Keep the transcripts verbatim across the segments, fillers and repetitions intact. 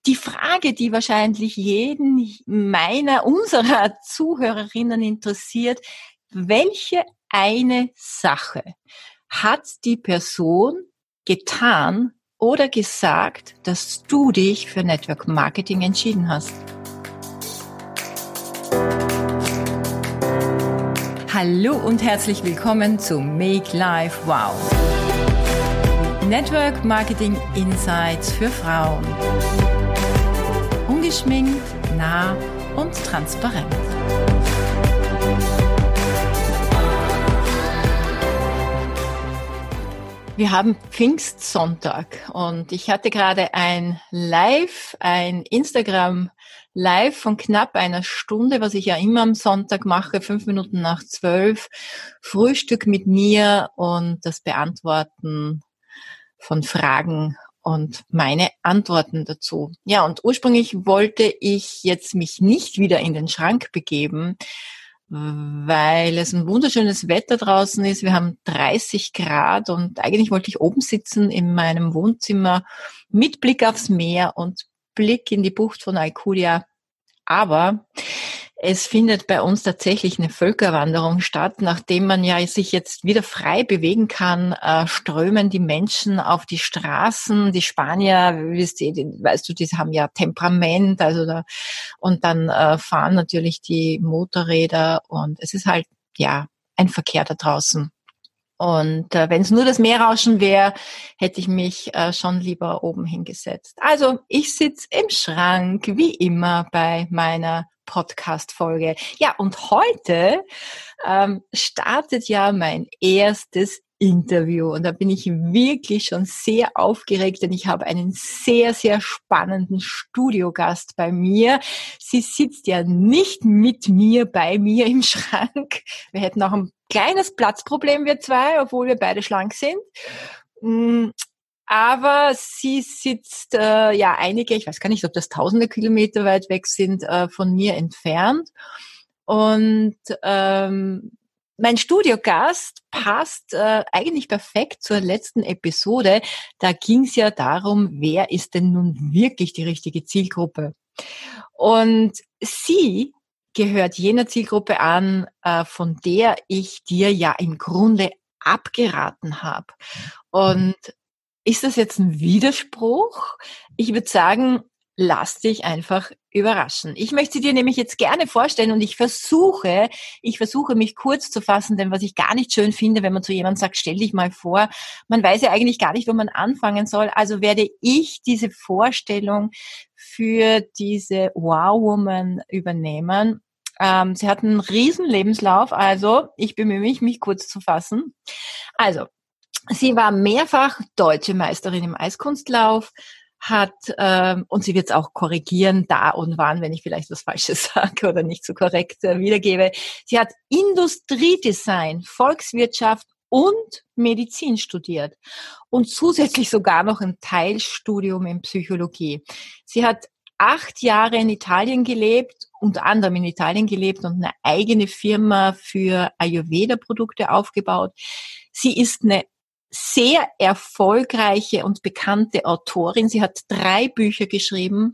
die Frage, die wahrscheinlich jeden meiner, unserer Zuhörerinnen interessiert: Welche eine Sache hat die Person getan oder gesagt, dass du dich für Network Marketing entschieden hast? Hallo und herzlich willkommen zu Make Life Wow. Network Marketing Insights für Frauen. Ungeschminkt, nah und transparent. Wir haben Pfingstsonntag und ich hatte gerade ein Live, ein Instagram Live von knapp einer Stunde, was ich ja immer am Sonntag mache, fünf Minuten nach zwölf, Frühstück mit mir und das Beantworten von Fragen und meine Antworten dazu. Ja, und ursprünglich wollte ich jetzt mich nicht wieder in den Schrank begeben, weil es ein wunderschönes Wetter draußen ist. Wir haben dreißig Grad und eigentlich wollte ich oben sitzen in meinem Wohnzimmer mit Blick aufs Meer und Blick in die Bucht von Alcudia. Aber es findet bei uns tatsächlich eine Völkerwanderung statt. Nachdem man ja sich jetzt wieder frei bewegen kann, äh, strömen die Menschen auf die Straßen. Die Spanier, weißt du, weißt du, die haben ja Temperament, also da, und dann äh, fahren natürlich die Motorräder und es ist halt, ja, ein Verkehr da draußen. Und äh, wenn es nur das Meerrauschen wäre, hätte ich mich äh, schon lieber oben hingesetzt. Also ich sitze im Schrank, wie immer bei meiner Podcast-Folge. Ja, und heute ähm, startet ja mein erstes Interview. Und da bin ich wirklich schon sehr aufgeregt, denn ich habe einen sehr, sehr spannenden Studiogast bei mir. Sie sitzt ja nicht mit mir bei mir im Schrank. Wir hätten auch ein kleines Platzproblem, wir zwei, obwohl wir beide schlank sind. Aber sie sitzt äh, ja einige, ich weiß gar nicht, ob das tausende Kilometer weit weg sind, äh, von mir entfernt. Und ähm, mein Studiogast passt äh, eigentlich perfekt zur letzten Episode. Da ging es ja darum, wer ist denn nun wirklich die richtige Zielgruppe? Und sie gehört jener Zielgruppe an, äh, von der ich dir ja im Grunde abgeraten habe. Und ist das jetzt ein Widerspruch? Ich würde sagen, lass dich einfach überraschen. Ich möchte sie dir nämlich jetzt gerne vorstellen und ich versuche, ich versuche mich kurz zu fassen, denn was ich gar nicht schön finde, wenn man zu jemandem sagt, stell dich mal vor, man weiß ja eigentlich gar nicht, wo man anfangen soll. Also werde ich diese Vorstellung für diese Wow-Woman übernehmen. Ähm, sie hat einen riesen Lebenslauf, also ich bemühe mich, mich kurz zu fassen. Also, sie war mehrfach deutsche Meisterin im Eiskunstlauf, hat, ähm, und sie wird es auch korrigieren, da und wann, wenn ich vielleicht was Falsches sage oder nicht so korrekt äh, wiedergebe. Sie hat Industriedesign, Volkswirtschaft und Medizin studiert und zusätzlich sogar noch ein Teilstudium in Psychologie. Sie hat acht Jahre in Italien gelebt, unter anderem in Italien gelebt und eine eigene Firma für Ayurveda-Produkte aufgebaut. Sie ist eine sehr erfolgreiche und bekannte Autorin. Sie hat drei Bücher geschrieben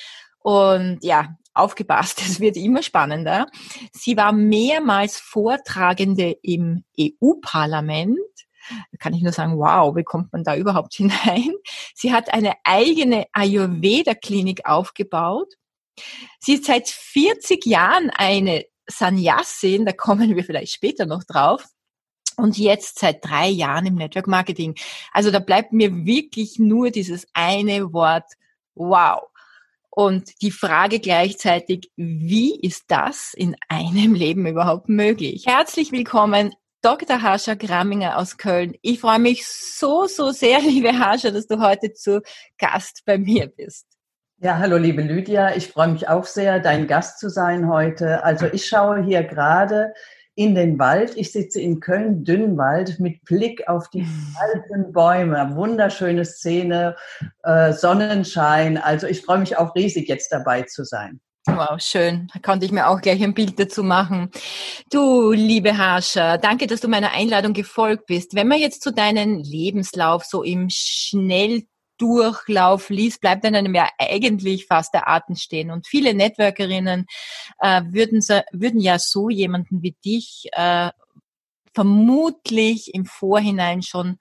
und ja, aufgepasst, es wird immer spannender. Sie war mehrmals Vortragende im E U-Parlament. Da kann ich nur sagen, wow, wie kommt man da überhaupt hinein? Sie hat eine eigene Ayurveda-Klinik aufgebaut. Sie ist seit vierzig Jahren eine Sannyasin, da kommen wir vielleicht später noch drauf. Und jetzt seit drei Jahren im Network Marketing. Also da bleibt mir wirklich nur dieses eine Wort, wow. Und die Frage gleichzeitig, wie ist das in einem Leben überhaupt möglich? Herzlich willkommen, Doktor Harsha Gramminger aus Köln. Ich freue mich so, so sehr, liebe Harsha, dass du heute zu Gast bei mir bist. Ja, hallo liebe Lydia. Ich freue mich auch sehr, dein Gast zu sein heute. Also ich schaue hier gerade in den Wald. Ich sitze in Köln-Dünnwald mit Blick auf die alten Bäume. Wunderschöne Szene, äh, Sonnenschein. Also ich freue mich auch riesig, jetzt dabei zu sein. Wow, schön. Da konnte ich mir auch gleich ein Bild dazu machen. Du, liebe Harsha, danke, dass du meiner Einladung gefolgt bist. Wenn wir jetzt zu deinem Lebenslauf so im Schnell Durchlauf liest, bleibt einem ja eigentlich fast der Atem stehen. Und viele Networkerinnen äh, würden, würden ja so jemanden wie dich äh, vermutlich im Vorhinein schon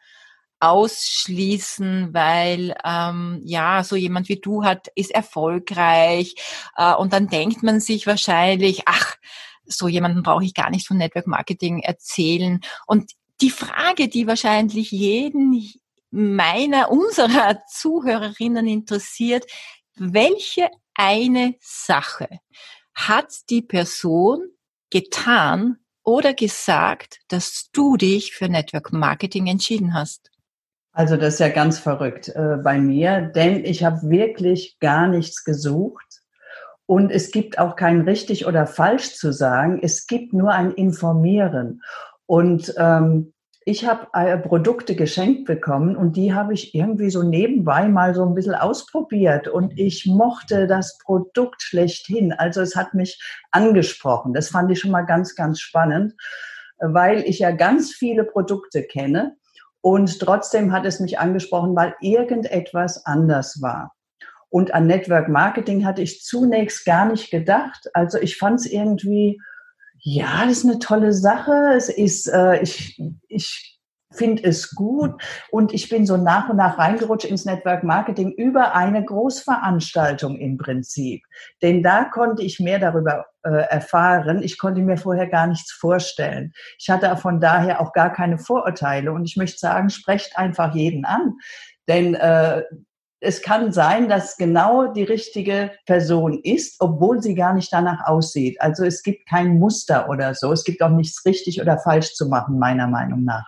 ausschließen, weil ähm, ja, so jemand wie du hat, ist erfolgreich äh, und dann denkt man sich wahrscheinlich, ach, so jemanden brauche ich gar nicht von Network Marketing erzählen. Und die Frage, die wahrscheinlich jeden meiner, unserer Zuhörerinnen interessiert, welche eine Sache hat die Person getan oder gesagt, dass du dich für Network Marketing entschieden hast? Also das ist ja ganz verrückt äh, bei mir, denn ich habe wirklich gar nichts gesucht und es gibt auch kein richtig oder falsch zu sagen. Es gibt nur ein Informieren. Und ähm, ich habe äh, Produkte geschenkt bekommen und die habe ich irgendwie so nebenbei mal so ein bisschen ausprobiert und ich mochte das Produkt schlechthin. Also es hat mich angesprochen. Das fand ich schon mal ganz, ganz spannend, weil ich ja ganz viele Produkte kenne. Und trotzdem hat es mich angesprochen, weil irgendetwas anders war. Und an Network Marketing hatte ich zunächst gar nicht gedacht. Also ich fand es irgendwie, ja, das ist eine tolle Sache. Es ist, äh, ich, ich finde es gut. Und ich bin so nach und nach reingerutscht ins Network Marketing über eine Großveranstaltung im Prinzip. Denn da konnte ich mehr darüber äh, erfahren. Ich konnte mir vorher gar nichts vorstellen. Ich hatte von daher auch gar keine Vorurteile. Und ich möchte sagen, sprecht einfach jeden an. Denn äh, es kann sein, dass genau die richtige Person ist, obwohl sie gar nicht danach aussieht. Also es gibt kein Muster oder so. Es gibt auch nichts richtig oder falsch zu machen, meiner Meinung nach.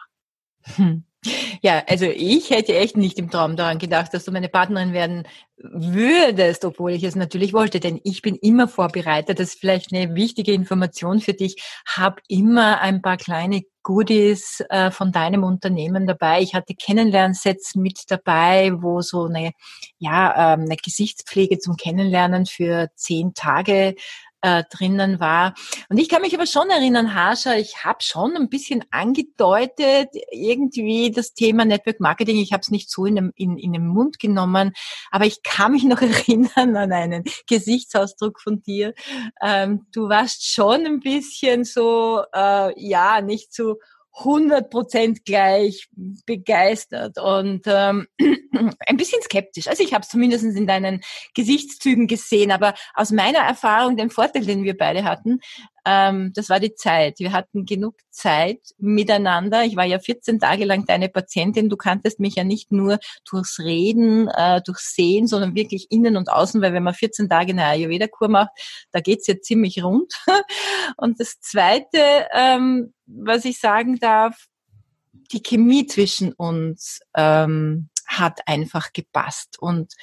Hm. Ja, also ich hätte echt nicht im Traum daran gedacht, dass du meine Partnerin werden würdest, obwohl ich es natürlich wollte, denn ich bin immer vorbereitet. Das ist vielleicht eine wichtige Information für dich. Hab immer ein paar kleine Goodies äh, von deinem Unternehmen dabei. Ich hatte Kennenlernsets mit dabei, wo so eine, ja, ähm, eine Gesichtspflege zum Kennenlernen für zehn Tage äh, drinnen war. Und ich kann mich aber schon erinnern, Harsha, ich habe schon ein bisschen angedeutet, irgendwie das Thema Network Marketing, ich habe es nicht so in, dem, in, in den Mund genommen, aber ich kann mich noch erinnern an einen Gesichtsausdruck von dir. Ähm, du warst schon ein bisschen so, äh, ja, nicht so hundert Prozent gleich begeistert und ähm, ein bisschen skeptisch. Also ich habe es zumindest in deinen Gesichtszügen gesehen, aber aus meiner Erfahrung, den Vorteil, den wir beide hatten, ähm, das war die Zeit. Wir hatten genug Zeit miteinander. Ich war ja vierzehn Tage lang deine Patientin. Du kanntest mich ja nicht nur durchs Reden, äh, durchs Sehen, sondern wirklich innen und außen, weil wenn man vierzehn Tage eine Ayurveda-Kur macht, da geht's ja ziemlich rund. Und das Zweite, ähm, was ich sagen darf, die Chemie zwischen uns ähm, hat einfach gepasst. Und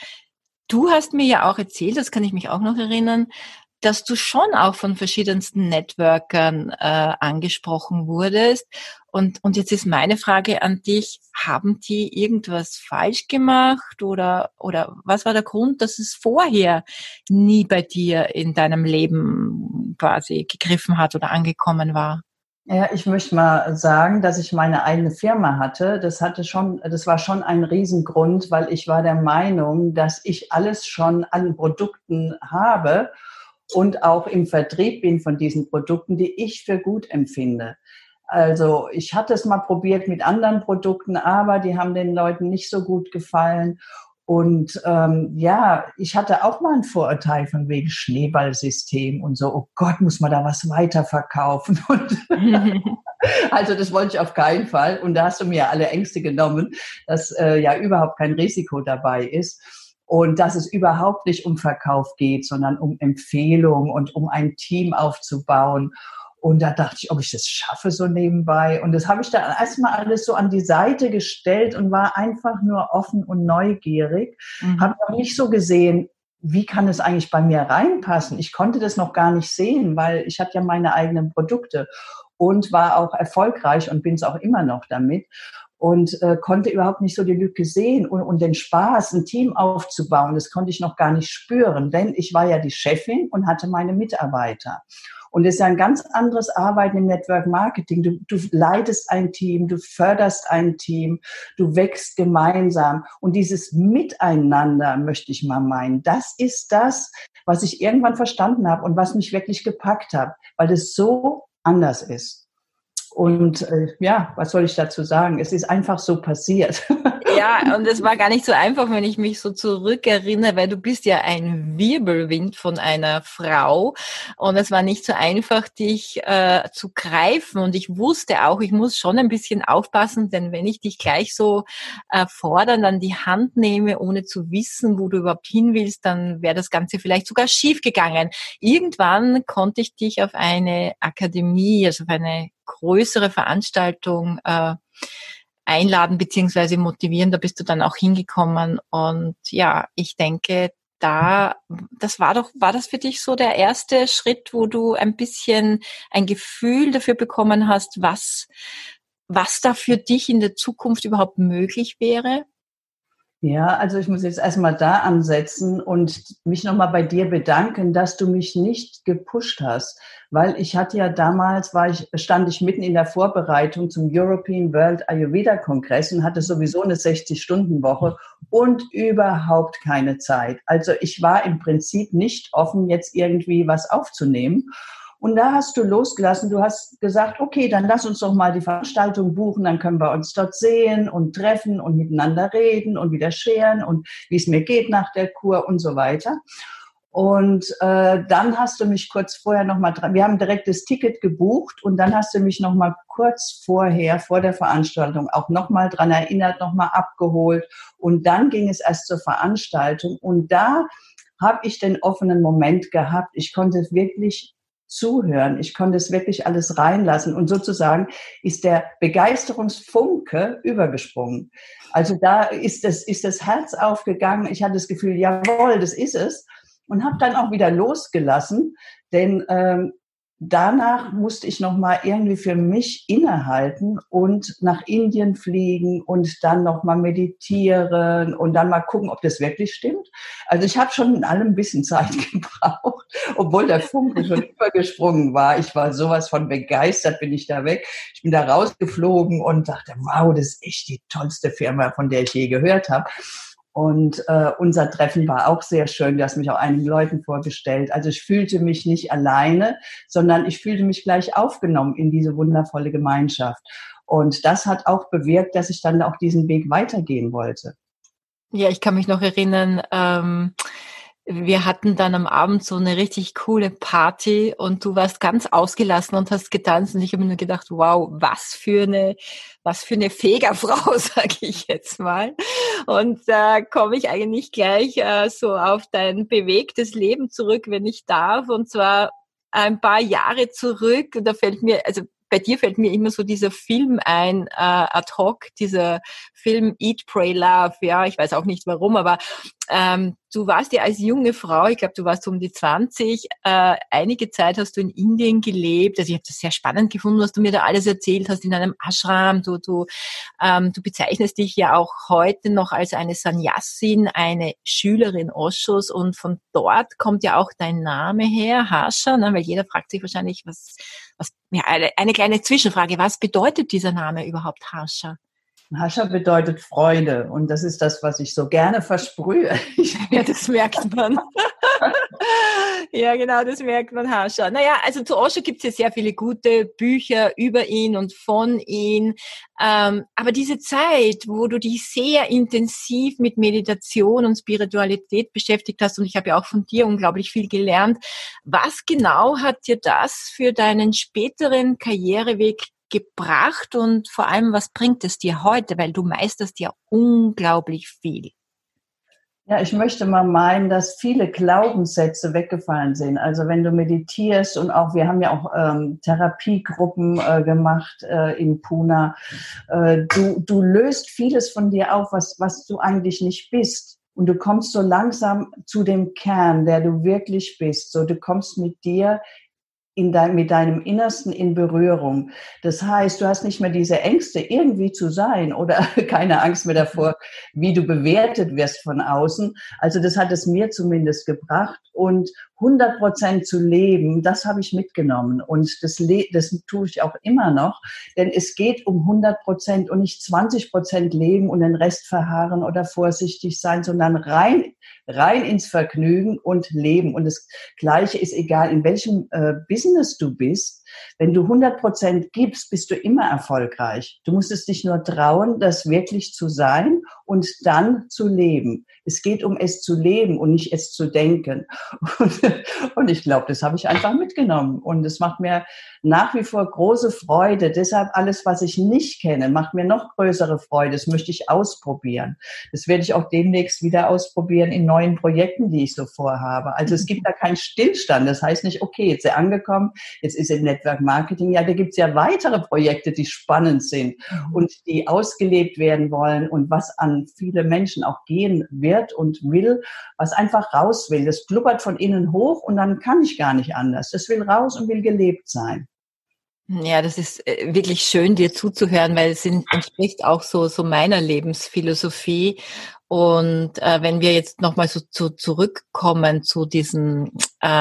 du hast mir ja auch erzählt, das kann ich mich auch noch erinnern, dass du schon auch von verschiedensten Networkern äh, angesprochen wurdest. Und, und jetzt ist meine Frage an dich, haben die irgendwas falsch gemacht oder, oder was war der Grund, dass es vorher nie bei dir in deinem Leben quasi gegriffen hat oder angekommen war? Ja, ich möchte mal sagen, dass ich meine eigene Firma hatte. Das hatte schon, das war schon ein Riesengrund, weil ich war der Meinung, dass ich alles schon an Produkten habe und auch im Vertrieb bin von diesen Produkten, die ich für gut empfinde. Also ich hatte es mal probiert mit anderen Produkten, aber die haben den Leuten nicht so gut gefallen. Und ähm, ja, ich hatte auch mal ein Vorurteil von wegen Schneeballsystem und so, oh Gott, muss man da was weiterverkaufen? Und also das wollte ich auf keinen Fall. Und da hast du mir alle Ängste genommen, dass äh, ja überhaupt kein Risiko dabei ist. Und dass es überhaupt nicht um Verkauf geht, sondern um Empfehlung und um ein Team aufzubauen. Und da dachte ich, ob ich das schaffe so nebenbei. Und das habe ich dann erstmal alles so an die Seite gestellt und war einfach nur offen und neugierig. Mhm. Habe noch nicht so gesehen, wie kann es eigentlich bei mir reinpassen. Ich konnte das noch gar nicht sehen, weil ich hatte ja meine eigenen Produkte und war auch erfolgreich und bin es auch immer noch damit. Und äh, konnte überhaupt nicht so die Lücke sehen und, und den Spaß, ein Team aufzubauen, das konnte ich noch gar nicht spüren, denn ich war ja die Chefin und hatte meine Mitarbeiter. Und es ist ja ein ganz anderes Arbeiten im Network Marketing. Du, du leitest ein Team, du förderst ein Team, du wächst gemeinsam. Und dieses Miteinander, möchte ich mal meinen, das ist das, was ich irgendwann verstanden habe und was mich wirklich gepackt hat, weil es so anders ist. Und äh, ja, was soll ich dazu sagen? Es ist einfach so passiert. Ja, und es war gar nicht so einfach, wenn ich mich so zurückerinnere, weil du bist ja ein Wirbelwind von einer Frau und es war nicht so einfach, dich äh, zu greifen. Und ich wusste auch, ich muss schon ein bisschen aufpassen, denn wenn ich dich gleich so äh, fordern, an die Hand nehme, ohne zu wissen, wo du überhaupt hin willst, dann wäre das Ganze vielleicht sogar schief gegangen. Irgendwann konnte ich dich auf eine Akademie, also auf eine größere Veranstaltung äh, einladen beziehungsweise motivieren, da bist du dann auch hingekommen und ja, ich denke, da, das war doch, war das für dich so der erste Schritt, wo du ein bisschen ein Gefühl dafür bekommen hast, was, was da für dich in der Zukunft überhaupt möglich wäre? Ja, also ich muss jetzt erstmal da ansetzen und mich nochmal bei dir bedanken, dass du mich nicht gepusht hast, weil ich hatte ja damals, war ich, stand ich mitten in der Vorbereitung zum European World Ayurveda Kongress und hatte sowieso eine sechzig-Stunden-Woche und überhaupt keine Zeit. Also ich war im Prinzip nicht offen, jetzt irgendwie was aufzunehmen. Und da hast du losgelassen, du hast gesagt, okay, dann lass uns doch mal die Veranstaltung buchen, dann können wir uns dort sehen und treffen und miteinander reden und wieder scheren und wie es mir geht nach der Kur und so weiter. Und äh, dann hast du mich kurz vorher nochmal dran, wir haben direkt das Ticket gebucht und dann hast du mich nochmal kurz vorher, vor der Veranstaltung auch nochmal dran erinnert, nochmal abgeholt und dann ging es erst zur Veranstaltung und da habe ich den offenen Moment gehabt. Ich konnte wirklich zuhören. Ich konnte es wirklich alles reinlassen und sozusagen ist der Begeisterungsfunke übergesprungen. Also da ist das, ist das Herz aufgegangen. Ich hatte das Gefühl, jawohl, das ist es und habe dann auch wieder losgelassen, denn ähm, danach musste ich nochmal irgendwie für mich innehalten und nach Indien fliegen und dann nochmal meditieren und dann mal gucken, ob das wirklich stimmt. Also ich habe schon in allem ein bisschen Zeit gebraucht, obwohl der Funke schon übergesprungen war. Ich war sowas von begeistert, bin ich da weg. Ich bin da rausgeflogen und dachte, wow, das ist echt die tollste Firma, von der ich je gehört habe. Und äh, unser Treffen war auch sehr schön. Du hast mich auch einigen Leuten vorgestellt. Also ich fühlte mich nicht alleine, sondern ich fühlte mich gleich aufgenommen in diese wundervolle Gemeinschaft. Und das hat auch bewirkt, dass ich dann auch diesen Weg weitergehen wollte. Ja, ich kann mich noch erinnern, ähm, wir hatten dann am Abend so eine richtig coole Party und du warst ganz ausgelassen und hast getanzt und ich habe mir nur gedacht, wow, was für eine, was für eine Fegerfrau, sage ich jetzt mal. Und da äh, komme ich eigentlich gleich äh, so auf dein bewegtes Leben zurück, wenn ich darf, und zwar ein paar Jahre zurück. Und da fällt mir, also bei dir fällt mir immer so dieser Film ein, äh, ad hoc, dieser Film Eat, Pray, Love. Ja, ich weiß auch nicht warum, aber ähm, du warst ja als junge Frau, ich glaube, du warst um die zwanzig, äh, einige Zeit hast du in Indien gelebt. Also ich habe das sehr spannend gefunden, was du mir da alles erzählt hast in einem Ashram. Du, du, ähm, du bezeichnest dich ja auch heute noch als eine Sannyasin, eine Schülerin Oshos, und von dort kommt ja auch dein Name her, Harsha, ne? Weil jeder fragt sich wahrscheinlich, was, was, ja, eine, eine kleine Zwischenfrage, was bedeutet dieser Name überhaupt, Harsha? Harsha bedeutet Freude und das ist das, was ich so gerne versprühe. Ja, das merkt man. Ja, genau, das merkt man, Harsha. Naja, also zu Osho gibt es ja sehr viele gute Bücher über ihn und von ihm. Ähm, aber diese Zeit, wo du dich sehr intensiv mit Meditation und Spiritualität beschäftigt hast, und ich habe ja auch von dir unglaublich viel gelernt, was genau hat dir das für deinen späteren Karriereweg gebracht und vor allem, was bringt es dir heute? Weil du meisterst ja unglaublich viel. Ja, ich möchte mal meinen, dass viele Glaubenssätze weggefallen sind. Also wenn du meditierst und auch, wir haben ja auch ähm, Therapiegruppen äh, gemacht äh, in Pune, äh, du, du löst vieles von dir auf, was, was du eigentlich nicht bist. Und du kommst so langsam zu dem Kern, der du wirklich bist. So, du kommst mit dir in dein, mit deinem Innersten in Berührung. Das heißt, du hast nicht mehr diese Ängste, irgendwie zu sein oder keine Angst mehr davor, wie du bewertet wirst von außen. Also das hat es mir zumindest gebracht und hundert Prozent zu leben, das habe ich mitgenommen und das, le- das tue ich auch immer noch, denn es geht um hundert Prozent und nicht zwanzig Prozent leben und den Rest verharren oder vorsichtig sein, sondern rein, rein ins Vergnügen und leben. Und das Gleiche ist egal, in welchem äh, Business du bist. Wenn du hundert Prozent gibst, bist du immer erfolgreich. Du musst es dich nur trauen, das wirklich zu sein und dann zu leben. Es geht um es zu leben und nicht es zu denken. Und, und ich glaube, das habe ich einfach mitgenommen. Und es macht mir nach wie vor große Freude. Deshalb alles, was ich nicht kenne, macht mir noch größere Freude. Das möchte ich ausprobieren. Das werde ich auch demnächst wieder ausprobieren in neuen Projekten, die ich so vorhabe. Also es gibt da keinen Stillstand. Das heißt nicht, okay, jetzt ist er angekommen, jetzt ist er im Network Marketing. Ja, da gibt es ja weitere Projekte, die spannend sind und die ausgelebt werden wollen und was an viele Menschen auch gehen wird und will, was einfach raus will. Das blubbert von innen hoch und dann kann ich gar nicht anders. Das will raus und will gelebt sein. Ja, das ist äh, wirklich schön, dir zuzuhören, weil es sind, entspricht auch so, so meiner Lebensphilosophie. Und äh, wenn wir jetzt nochmal so zu, zurückkommen zu diesen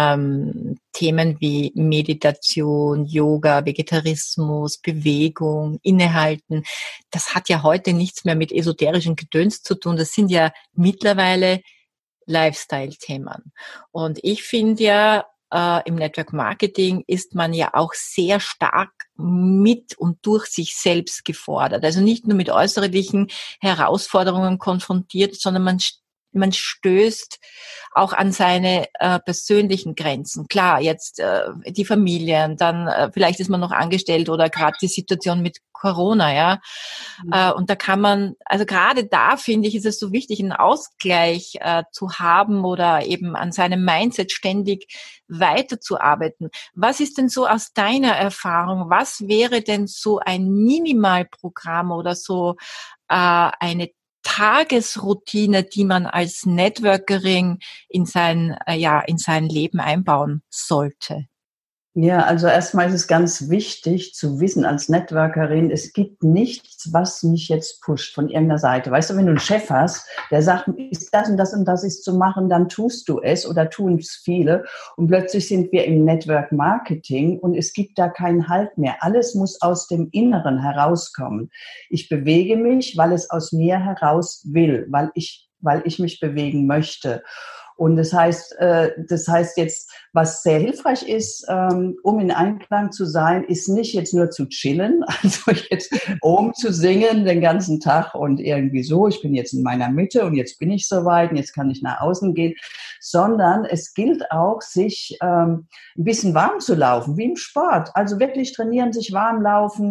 ähm, Themen wie Meditation, Yoga, Vegetarismus, Bewegung, Innehalten, das hat ja heute nichts mehr mit esoterischen Gedöns zu tun. Das sind ja mittlerweile Lifestyle-Themen. Und ich finde ja, äh, im Network Marketing ist man ja auch sehr stark mit und durch sich selbst gefordert. Also nicht nur mit äußerlichen Herausforderungen konfrontiert, sondern man man stößt auch an seine äh, persönlichen Grenzen. Klar, jetzt äh, die Familien, dann äh, vielleicht ist man noch angestellt oder gerade die Situation mit Corona, ja. Mhm. Äh, und da kann man, also gerade da finde ich, ist es so wichtig, einen Ausgleich äh, zu haben oder eben an seinem Mindset ständig weiterzuarbeiten. Was ist denn so aus deiner Erfahrung? Was wäre denn so ein Minimalprogramm oder so äh, eine Tagesroutine, die man als Networkerin in sein, äh, ja, in sein Leben einbauen sollte? Ja, also erstmal ist es ganz wichtig zu wissen als Networkerin, es gibt nichts, was mich jetzt pusht von irgendeiner Seite. Weißt du, wenn du einen Chef hast, der sagt, ist das und das und das ist zu machen, dann tust du es oder tun es viele. Und plötzlich sind wir im Network Marketing und es gibt da keinen Halt mehr. Alles muss aus dem Inneren herauskommen. Ich bewege mich, weil es aus mir heraus will, weil ich, weil ich mich bewegen möchte. Und das heißt, das heißt jetzt, was sehr hilfreich ist, um in Einklang zu sein, ist nicht jetzt nur zu chillen, also jetzt oben zu singen den ganzen Tag und irgendwie so, ich bin jetzt in meiner Mitte und jetzt bin ich soweit und jetzt kann ich nach außen gehen, sondern es gilt auch, sich ein bisschen warm zu laufen, wie im Sport. Also wirklich trainieren, sich warm laufen,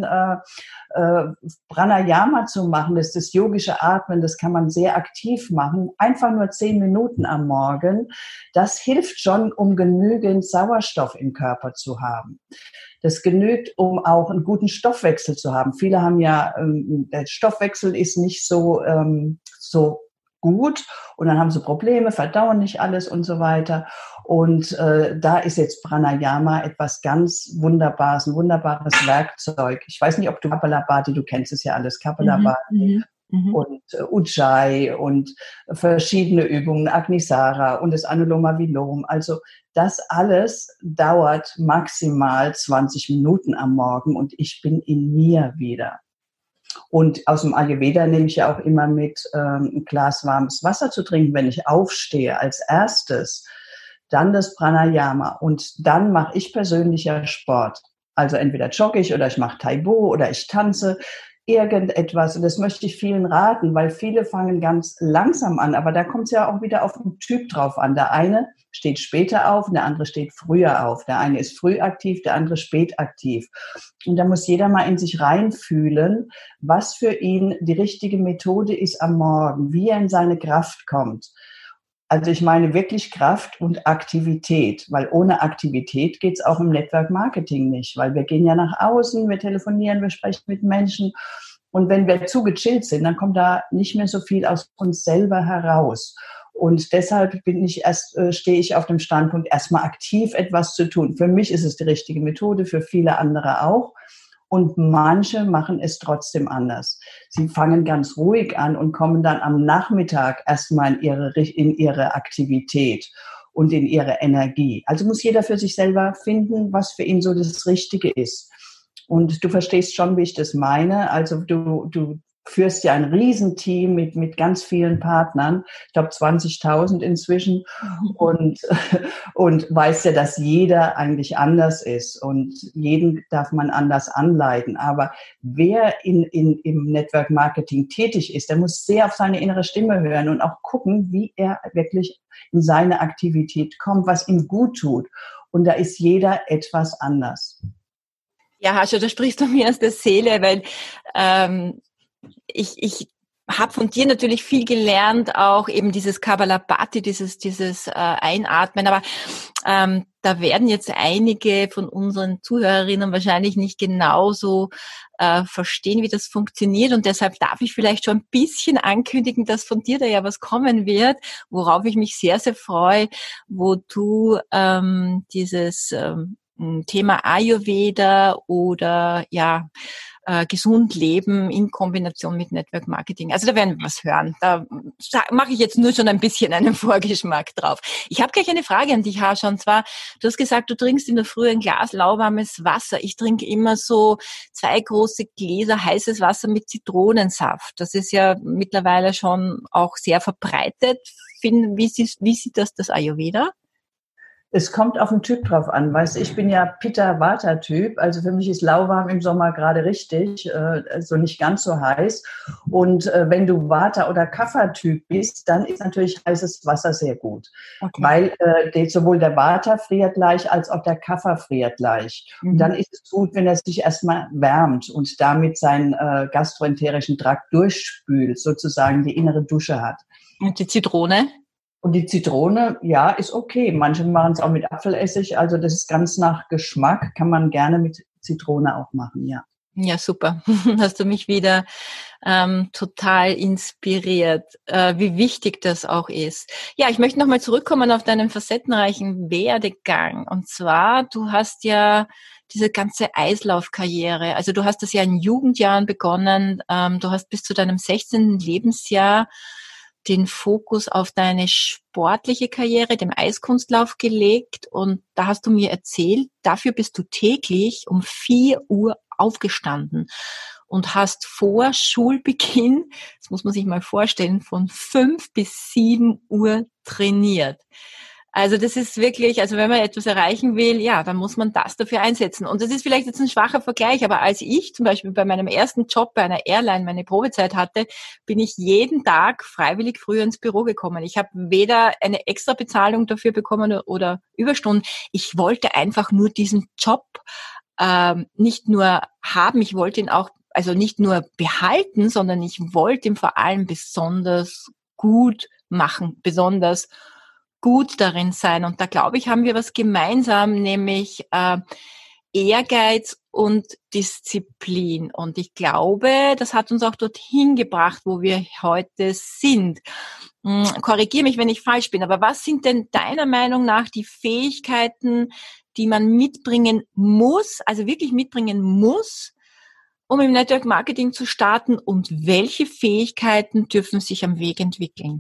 Pranayama zu machen, das ist das yogische Atmen, das kann man sehr aktiv machen, einfach nur zehn Minuten am Morgen. Das hilft schon, um genügend Sauerstoff im Körper zu haben. Das genügt, um auch einen guten Stoffwechsel zu haben. Viele haben ja, der Stoffwechsel ist nicht so, so gut und dann haben sie Probleme, verdauen nicht alles und so weiter. Und äh, da ist jetzt Pranayama etwas ganz Wunderbares, ein wunderbares Werkzeug. Ich weiß nicht, ob du Kapalabhati, du kennst es ja alles, Kapalabhati mhm, mhm. und äh, Ujjayi und verschiedene Übungen, Agnisara und das Anuloma Vilom. Also das alles dauert maximal zwanzig Minuten am Morgen und ich bin in mir wieder. Und aus dem Ayurveda nehme ich ja auch immer mit, ähm, ein Glas warmes Wasser zu trinken, wenn ich aufstehe als erstes. Dann das Pranayama und dann mache ich persönlich ja Sport. Also entweder jogge ich oder ich mache Taibo oder ich tanze, irgendetwas. Und das möchte ich vielen raten, weil viele fangen ganz langsam an. Aber da kommt es ja auch wieder auf den Typ drauf an. Der eine steht später auf und der andere steht früher auf. Der eine ist früh aktiv, der andere spät aktiv. Und da muss jeder mal in sich reinfühlen, was für ihn die richtige Methode ist am Morgen, wie er in seine Kraft kommt. Also ich meine wirklich Kraft und Aktivität, weil ohne Aktivität geht's auch im Network Marketing nicht, weil wir gehen ja nach außen, wir telefonieren, wir sprechen mit Menschen und wenn wir zu gechillt sind, dann kommt da nicht mehr so viel aus uns selber heraus. Und deshalb bin ich erst, äh, stehe ich auf dem Standpunkt, erstmal aktiv etwas zu tun. Für mich ist es die richtige Methode, für viele andere auch. Und manche machen es trotzdem anders. Sie fangen ganz ruhig an und kommen dann am Nachmittag erstmal in ihre, in ihre Aktivität und in ihre Energie. Also muss jeder für sich selber finden, was für ihn so das Richtige ist. Und du verstehst schon, wie ich das meine. Also du, du führst ja ein Riesenteam mit, mit ganz vielen Partnern. Ich glaube zwanzigtausend inzwischen. Und, und weißt ja, dass jeder eigentlich anders ist. Und jeden darf man anders anleiten. Aber wer in, in, im Network Marketing tätig ist, der muss sehr auf seine innere Stimme hören und auch gucken, wie er wirklich in seine Aktivität kommt, was ihm gut tut. Und da ist jeder etwas anders. Ja, Hajo, da sprichst du mir aus der Seele, weil ähm, ich, ich habe von dir natürlich viel gelernt, auch eben dieses Kapalabhati, dieses dieses äh, Einatmen, aber ähm, da werden jetzt einige von unseren Zuhörerinnen wahrscheinlich nicht genauso äh, verstehen, wie das funktioniert, und deshalb darf ich vielleicht schon ein bisschen ankündigen, dass von dir da ja was kommen wird, worauf ich mich sehr, sehr freue, wo du ähm, dieses ähm, Thema Ayurveda oder ja äh, gesund leben in Kombination mit Network Marketing. Also da werden wir was hören. Da mache ich jetzt nur schon ein bisschen einen Vorgeschmack drauf. Ich habe gleich eine Frage an dich, Hajo, und zwar, du hast gesagt, du trinkst in der Früh ein Glas lauwarmes Wasser. Ich trinke immer so zwei große Gläser heißes Wasser mit Zitronensaft. Das ist ja mittlerweile schon auch sehr verbreitet. Wie sieht, wie sieht das das Ayurveda? Es kommt auf den Typ drauf an, weißt du, ich bin ja Pitta-Vata-Typ, also für mich ist lauwarm im Sommer gerade richtig, also nicht ganz so heiß. Und wenn du Vata- oder Kapha-Typ bist, dann ist natürlich heißes Wasser sehr gut, okay. Weil äh, sowohl der Vata friert gleich, als auch der Kapha friert gleich. Mhm. Und dann ist es gut, wenn er sich erstmal wärmt und damit seinen äh, gastroenterischen Trakt durchspült, sozusagen die innere Dusche hat. Und die Zitrone? Und die Zitrone, ja, ist okay. Manche machen es auch mit Apfelessig. Also das ist ganz nach Geschmack. Kann man gerne mit Zitrone auch machen, ja. Ja, super. Hast du mich wieder ähm, total inspiriert, äh, wie wichtig das auch ist. Ja, ich möchte nochmal zurückkommen auf deinen facettenreichen Werdegang. Und zwar, du hast ja diese ganze Eislaufkarriere. Also du hast das ja in Jugendjahren begonnen. Ähm, du hast bis zu deinem sechzehnten Lebensjahr den Fokus auf deine sportliche Karriere, dem Eiskunstlauf gelegt, und da hast du mir erzählt, dafür bist du täglich um vier Uhr aufgestanden und hast vor Schulbeginn, das muss man sich mal vorstellen, von fünf bis sieben Uhr trainiert. Also das ist wirklich, also wenn man etwas erreichen will, ja, dann muss man das dafür einsetzen. Und das ist vielleicht jetzt ein schwacher Vergleich, aber als ich zum Beispiel bei meinem ersten Job bei einer Airline meine Probezeit hatte, bin ich jeden Tag freiwillig früher ins Büro gekommen. Ich habe weder eine extra Bezahlung dafür bekommen oder Überstunden. Ich wollte einfach nur diesen Job ähm, nicht nur haben, ich wollte ihn auch, also nicht nur behalten, sondern ich wollte ihn vor allem besonders gut machen, besonders gut darin sein. Und da glaube ich, haben wir was gemeinsam, nämlich äh, Ehrgeiz und Disziplin. Und ich glaube, das hat uns auch dorthin gebracht, wo wir heute sind. Hm, korrigiere mich, wenn ich falsch bin, aber was sind denn deiner Meinung nach die Fähigkeiten, die man mitbringen muss, also wirklich mitbringen muss, um im Network Marketing zu starten, und welche Fähigkeiten dürfen sich am Weg entwickeln?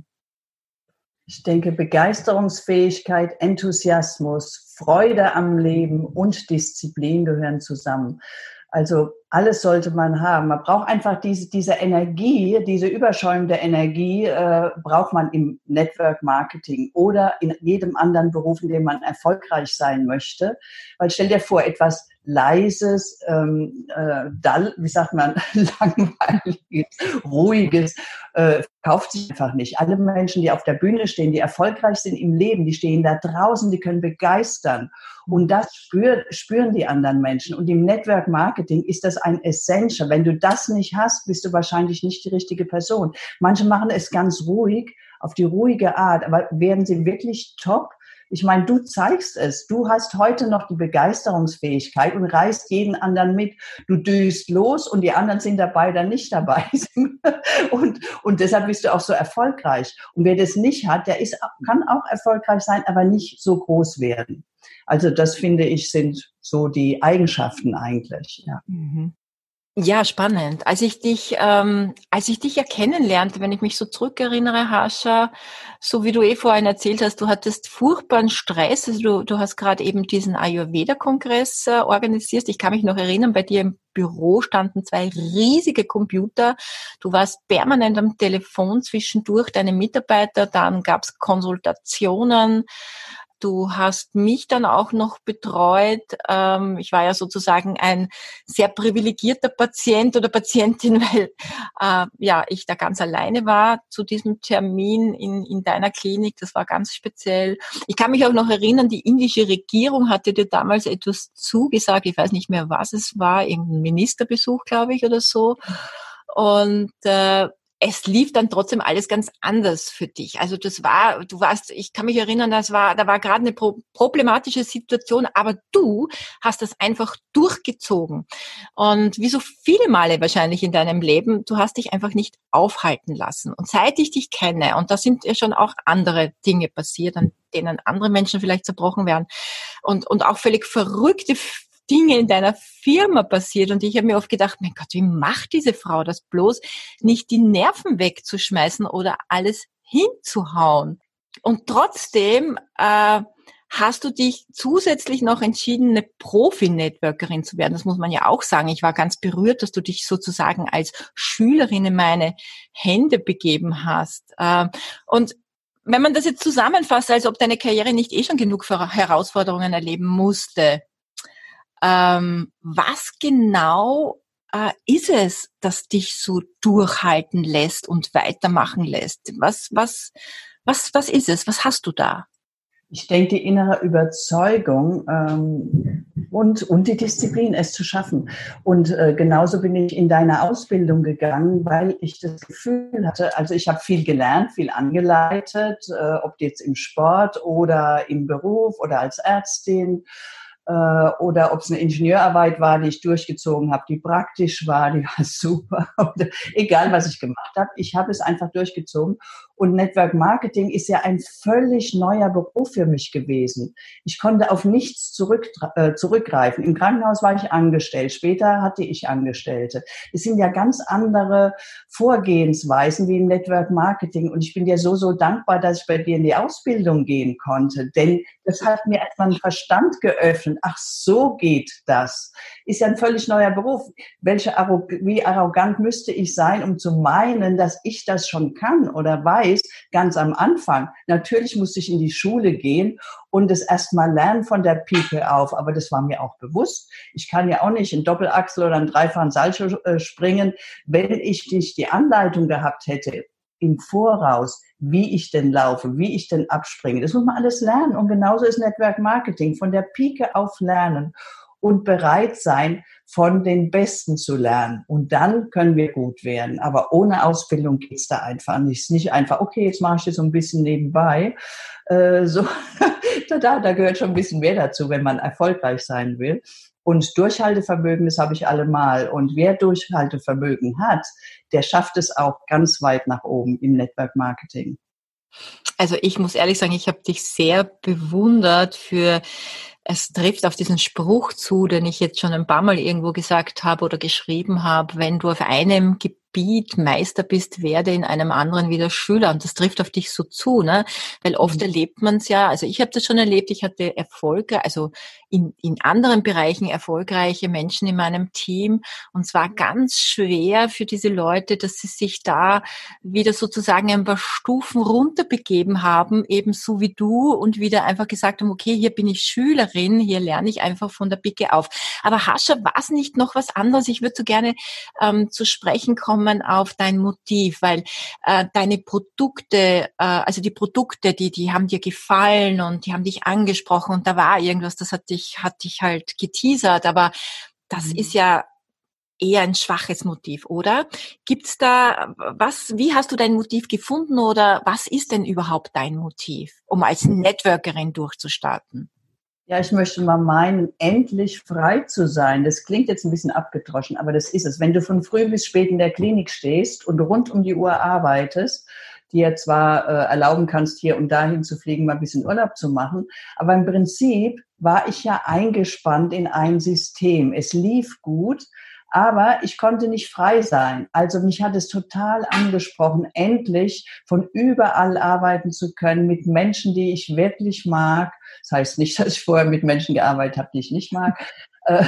Ich denke, Begeisterungsfähigkeit, Enthusiasmus, Freude am Leben und Disziplin gehören zusammen. Also alles sollte man haben. Man braucht einfach diese, diese Energie, diese überschäumende Energie, äh, braucht man im Network Marketing oder in jedem anderen Beruf, in dem man erfolgreich sein möchte. Weil stell dir vor, etwas Leises, ähm, äh, dull, wie sagt man, langweiliges, ruhiges, äh, kauft sich einfach nicht. Alle Menschen, die auf der Bühne stehen, die erfolgreich sind im Leben, die stehen da draußen, die können begeistern. Und das spür, spüren die anderen Menschen. Und im Network Marketing ist das ein Essential. Wenn du das nicht hast, bist du wahrscheinlich nicht die richtige Person. Manche machen es ganz ruhig, auf die ruhige Art, aber werden sie wirklich top, Ich meine, du zeigst es. Du hast heute noch die Begeisterungsfähigkeit und reißt jeden anderen mit. Du düst los und die anderen sind dabei oder nicht dabei. und, und deshalb bist du auch so erfolgreich. Und wer das nicht hat, der ist, kann auch erfolgreich sein, aber nicht so groß werden. Also das, finde ich, sind so die Eigenschaften eigentlich. Ja. Mhm. Ja, spannend. Als ich dich, ähm, als ich dich ja kennenlernte, wenn ich mich so zurückerinnere, Harsha, so wie du eh vorhin erzählt hast, du hattest furchtbaren Stress. Also du, du hast gerade eben diesen Ayurveda-Kongress äh, organisiert. Ich kann mich noch erinnern, bei dir im Büro standen zwei riesige Computer. Du warst permanent am Telefon zwischendurch, deine Mitarbeiter, dann gab's Konsultationen. Du hast mich dann auch noch betreut. Ähm, ich war ja sozusagen ein sehr privilegierter Patient oder Patientin, weil äh, ja ich da ganz alleine war zu diesem Termin in, in deiner Klinik. Das war ganz speziell. Ich kann mich auch noch erinnern, die indische Regierung hatte dir damals etwas zugesagt. Ich weiß nicht mehr, was es war. Irgendein Ministerbesuch, glaube ich, oder so. Und äh, es lief dann trotzdem alles ganz anders für dich. Also das war, du warst, ich kann mich erinnern, das war, da war gerade eine pro- problematische Situation, aber du hast das einfach durchgezogen. Und wie so viele Male wahrscheinlich in deinem Leben, du hast dich einfach nicht aufhalten lassen. Und seit ich dich kenne, und da sind ja schon auch andere Dinge passiert, an denen andere Menschen vielleicht zerbrochen werden, und, und auch völlig verrückte Dinge in deiner Firma passiert. Und ich habe mir oft gedacht, mein Gott, wie macht diese Frau das bloß, nicht die Nerven wegzuschmeißen oder alles hinzuhauen? Und trotzdem äh, hast du dich zusätzlich noch entschieden, eine Profi-Networkerin zu werden. Das muss man ja auch sagen. Ich war ganz berührt, dass du dich sozusagen als Schülerin in meine Hände begeben hast. Äh, und wenn man das jetzt zusammenfasst, als ob deine Karriere nicht eh schon genug Herausforderungen erleben musste, Ähm, was genau äh, ist es, das dich so durchhalten lässt und weitermachen lässt? Was, was, was, was ist es? Was hast du da? Ich denke, die innere Überzeugung ähm, und, und die Disziplin, es zu schaffen. Und äh, genauso bin ich in deine Ausbildung gegangen, weil ich das Gefühl hatte, also ich habe viel gelernt, viel angeleitet, äh, ob jetzt im Sport oder im Beruf oder als Ärztin. Oder ob es eine Ingenieurarbeit war, die ich durchgezogen habe, die praktisch war, die war super. Oder egal, was ich gemacht habe, ich habe es einfach durchgezogen. Und Network Marketing ist ja ein völlig neuer Beruf für mich gewesen. Ich konnte auf nichts zurück, äh, zurückgreifen. Im Krankenhaus war ich angestellt, später hatte ich Angestellte. Es sind ja ganz andere Vorgehensweisen wie im Network Marketing. Und ich bin dir so, so dankbar, dass ich bei dir in die Ausbildung gehen konnte. Denn das hat mir erstmal einen Verstand geöffnet. Ach, so geht das. Ist ja ein völlig neuer Beruf. Welche, wie arrogant müsste ich sein, um zu meinen, dass ich das schon kann oder weiß, ganz am Anfang. Natürlich musste ich in die Schule gehen und es erstmal lernen von der Pike auf. Aber das war mir auch bewusst. Ich kann ja auch nicht in Doppelachsel oder einen dreifachen Salto springen, wenn ich nicht die Anleitung gehabt hätte im Voraus, wie ich denn laufe, wie ich denn abspringe. Das muss man alles lernen. Und genauso ist Network Marketing. Von der Pike auf lernen und bereit sein, von den Besten zu lernen. Und dann können wir gut werden. Aber ohne Ausbildung geht's da einfach nicht. Es ist nicht einfach, okay, jetzt mache ich das so ein bisschen nebenbei. Äh, so, da, da gehört schon ein bisschen mehr dazu, wenn man erfolgreich sein will. Und Durchhaltevermögen, das habe ich allemal. Und wer Durchhaltevermögen hat, der schafft es auch ganz weit nach oben im Network Marketing. Also ich muss ehrlich sagen, ich habe dich sehr bewundert für, es trifft auf diesen Spruch zu, den ich jetzt schon ein paar Mal irgendwo gesagt habe oder geschrieben habe, wenn du auf einem Gebiet Meister bist, werde in einem anderen wieder Schüler. Und das trifft auf dich so zu, ne? Weil oft mhm. erlebt man es ja, also ich habe das schon erlebt, ich hatte Erfolge, also in, in anderen Bereichen erfolgreiche Menschen in meinem Team. Und zwar ganz schwer für diese Leute, dass sie sich da wieder sozusagen ein paar Stufen runterbegeben haben, ebenso wie du, und wieder einfach gesagt haben, okay, hier bin ich Schülerin, hier lerne ich einfach von der Pike auf. Aber Harsha, war es nicht noch was anderes? Ich würde so gerne ähm, zu sprechen kommen auf dein Motiv, weil äh, deine Produkte, äh, also die Produkte, die die haben dir gefallen und die haben dich angesprochen und da war irgendwas, das hat dich hat dich halt geteasert, aber das mhm. ist ja eher ein schwaches Motiv, oder? Gibt's da was, wie hast du dein Motiv gefunden oder was ist denn überhaupt dein Motiv, um als Networkerin durchzustarten? Ja, ich möchte mal meinen, endlich frei zu sein. Das klingt jetzt ein bisschen abgedroschen, aber das ist es. Wenn du von früh bis spät in der Klinik stehst und rund um die Uhr arbeitest, dir zwar äh, erlauben kannst, hier und dahin zu fliegen, mal ein bisschen Urlaub zu machen, aber im Prinzip war ich ja eingespannt in ein System. Es lief gut, aber ich konnte nicht frei sein. Also mich hat es total angesprochen, endlich von überall arbeiten zu können mit Menschen, die ich wirklich mag. Das heißt nicht, dass ich vorher mit Menschen gearbeitet habe, die ich nicht mag, äh,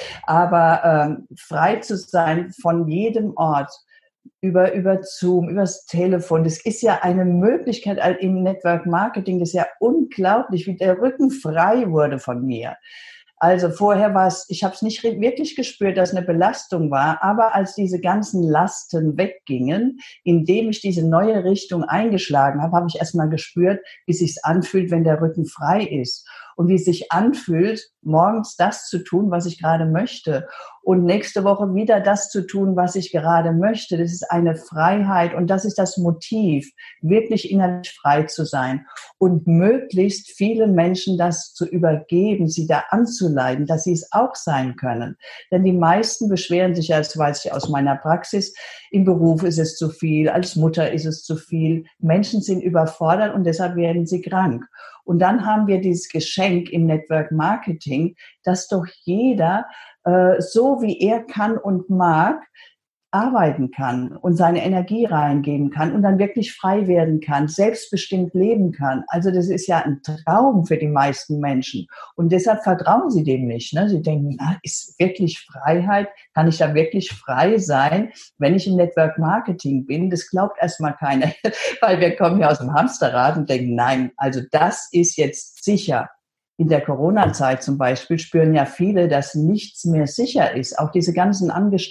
aber ähm, frei zu sein von jedem Ort. Über, über Zoom, übers Telefon. Das ist ja eine Möglichkeit im Network Marketing. Das ist ja unglaublich, wie der Rücken frei wurde von mir. Also vorher war es, ich habe es nicht wirklich gespürt, dass es eine Belastung war, aber als diese ganzen Lasten weggingen, indem ich diese neue Richtung eingeschlagen habe, habe ich erstmal gespürt, wie es sich anfühlt, wenn der Rücken frei ist und wie es sich anfühlt, morgens das zu tun, was ich gerade möchte und nächste Woche wieder das zu tun, was ich gerade möchte. Das ist eine Freiheit und das ist das Motiv, wirklich innerlich frei zu sein und möglichst viele Menschen das zu übergeben, sie da anzuleiten, dass sie es auch sein können. Denn die meisten beschweren sich, ja, das weiß ich aus meiner Praxis, im Beruf ist es zu viel, als Mutter ist es zu viel. Menschen sind überfordert und deshalb werden sie krank. Und dann haben wir dieses Geschenk im Network Marketing, dass doch jeder äh, so wie er kann und mag, arbeiten kann und seine Energie reingeben kann und dann wirklich frei werden kann, selbstbestimmt leben kann. Also das ist ja ein Traum für die meisten Menschen. Und deshalb vertrauen sie dem nicht. Ne? Sie denken, na, ist wirklich Freiheit? Kann ich da wirklich frei sein, wenn ich im Network Marketing bin? Das glaubt erstmal keiner, weil wir kommen ja aus dem Hamsterrad und denken, nein, also das ist jetzt sicher. In der Corona-Zeit zum Beispiel spüren ja viele, dass nichts mehr sicher ist. Auch diese ganzen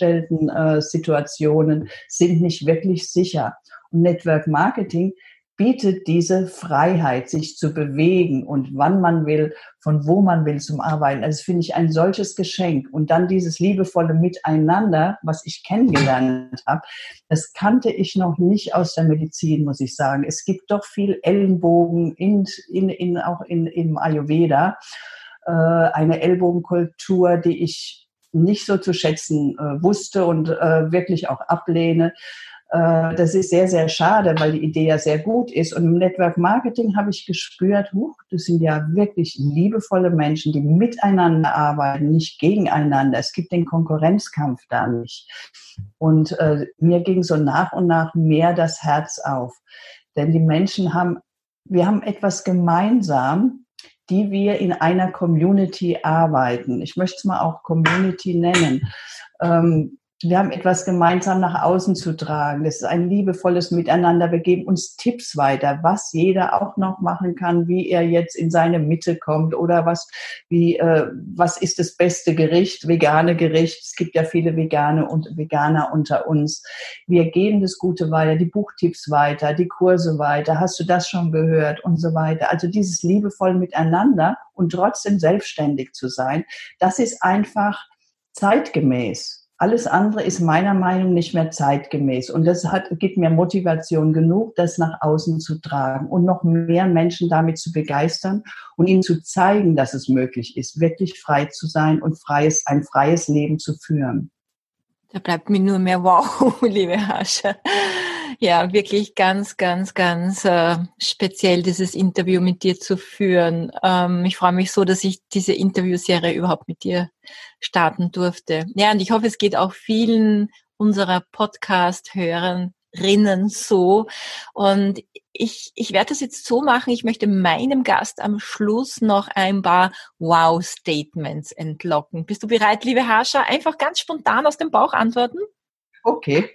Angestellten-Situationen sind nicht wirklich sicher. Und Network Marketing bietet diese Freiheit, sich zu bewegen und wann man will, von wo man will zum Arbeiten. Also das finde ich ein solches Geschenk. Und dann dieses liebevolle Miteinander, was ich kennengelernt habe, das kannte ich noch nicht aus der Medizin, muss ich sagen. Es gibt doch viel Ellenbogen, in, in, in, auch in, im Ayurveda, äh, eine Ellbogenkultur, die ich nicht so zu schätzen äh, wusste und äh, wirklich auch ablehne. Das ist sehr, sehr schade, weil die Idee ja sehr gut ist. Und im Network Marketing habe ich gespürt, huch, das sind ja wirklich liebevolle Menschen, die miteinander arbeiten, nicht gegeneinander. Es gibt den Konkurrenzkampf da nicht. Und äh, mir ging so nach und nach mehr das Herz auf. Denn die Menschen haben, wir haben etwas gemeinsam, die wir in einer Community arbeiten. Ich möchte es mal auch Community nennen. Ähm, Wir haben etwas gemeinsam nach außen zu tragen. Das ist ein liebevolles Miteinander. Wir geben uns Tipps weiter, was jeder auch noch machen kann, wie er jetzt in seine Mitte kommt oder was, wie, äh, was ist das beste Gericht, vegane Gericht. Es gibt ja viele Vegane und Veganer unter uns. Wir geben das Gute weiter, die Buchtipps weiter, die Kurse weiter. Hast du das schon gehört und so weiter. Also dieses liebevoll Miteinander und trotzdem selbstständig zu sein, das ist einfach zeitgemäß. Alles andere ist meiner Meinung nach nicht mehr zeitgemäß. Und das hat, gibt mir Motivation genug, das nach außen zu tragen und noch mehr Menschen damit zu begeistern und ihnen zu zeigen, dass es möglich ist, wirklich frei zu sein und freies, ein freies Leben zu führen. Da bleibt mir nur mehr wow, liebe Hascha. Ja, wirklich ganz, ganz, ganz äh, speziell dieses Interview mit dir zu führen. Ähm, ich freue mich so, dass ich diese Interviewserie überhaupt mit dir starten durfte. Ja, und ich hoffe, es geht auch vielen unserer Podcast-Hörerinnen so. Und ich, ich werde das jetzt so machen, ich möchte meinem Gast am Schluss noch ein paar Wow-Statements entlocken. Bist du bereit, liebe Hascha? Einfach ganz spontan aus dem Bauch antworten? Okay.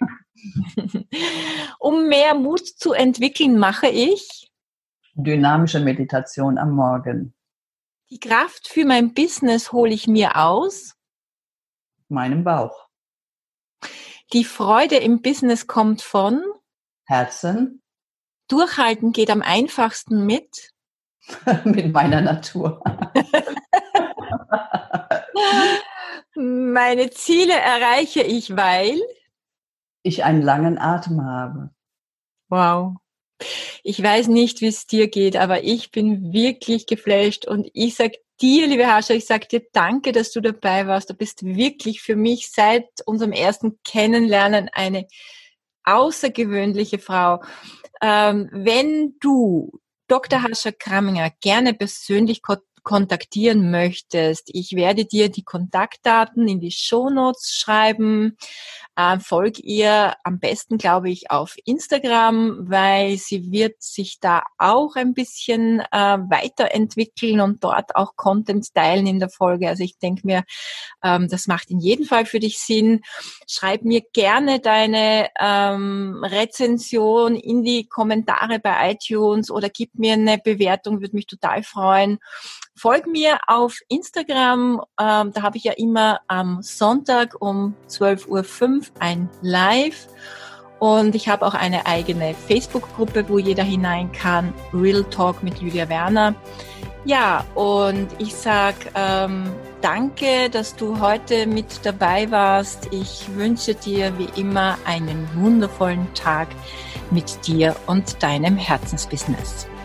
Um mehr Mut zu entwickeln, mache ich dynamische Meditation am Morgen. Die Kraft für mein Business hole ich mir aus meinem Bauch. Die Freude im Business kommt von Herzen. Durchhalten geht am einfachsten mit mit meiner Natur. Meine Ziele erreiche ich, weil ich einen langen Atem habe. Wow. Ich weiß nicht, wie es dir geht, aber ich bin wirklich geflasht und ich sag dir, liebe Harsha, ich sag dir danke, dass du dabei warst. Du bist wirklich für mich seit unserem ersten Kennenlernen eine außergewöhnliche Frau. Ähm, wenn du Doktor Harsha Kramminger gerne persönlich ko- kontaktieren möchtest, ich werde dir die Kontaktdaten in die Shownotes schreiben. Äh, folg ihr am besten, glaube ich, auf Instagram, weil sie wird sich da auch ein bisschen äh, weiterentwickeln und dort auch Content teilen in der Folge. Also ich denke mir, ähm, das macht in jedem Fall für dich Sinn. Schreib mir gerne deine ähm, Rezension in die Kommentare bei iTunes oder gib mir eine Bewertung, würde mich total freuen. Folg mir auf Instagram, ähm, da habe ich ja immer am Sonntag um zwölf Uhr fünf ein Live und ich habe auch eine eigene Facebook-Gruppe, wo jeder hinein kann, Real Talk mit Lydia Werner. Ja, und ich sag ähm, danke, dass du heute mit dabei warst. Ich wünsche dir wie immer einen wundervollen Tag mit dir und deinem Herzensbusiness.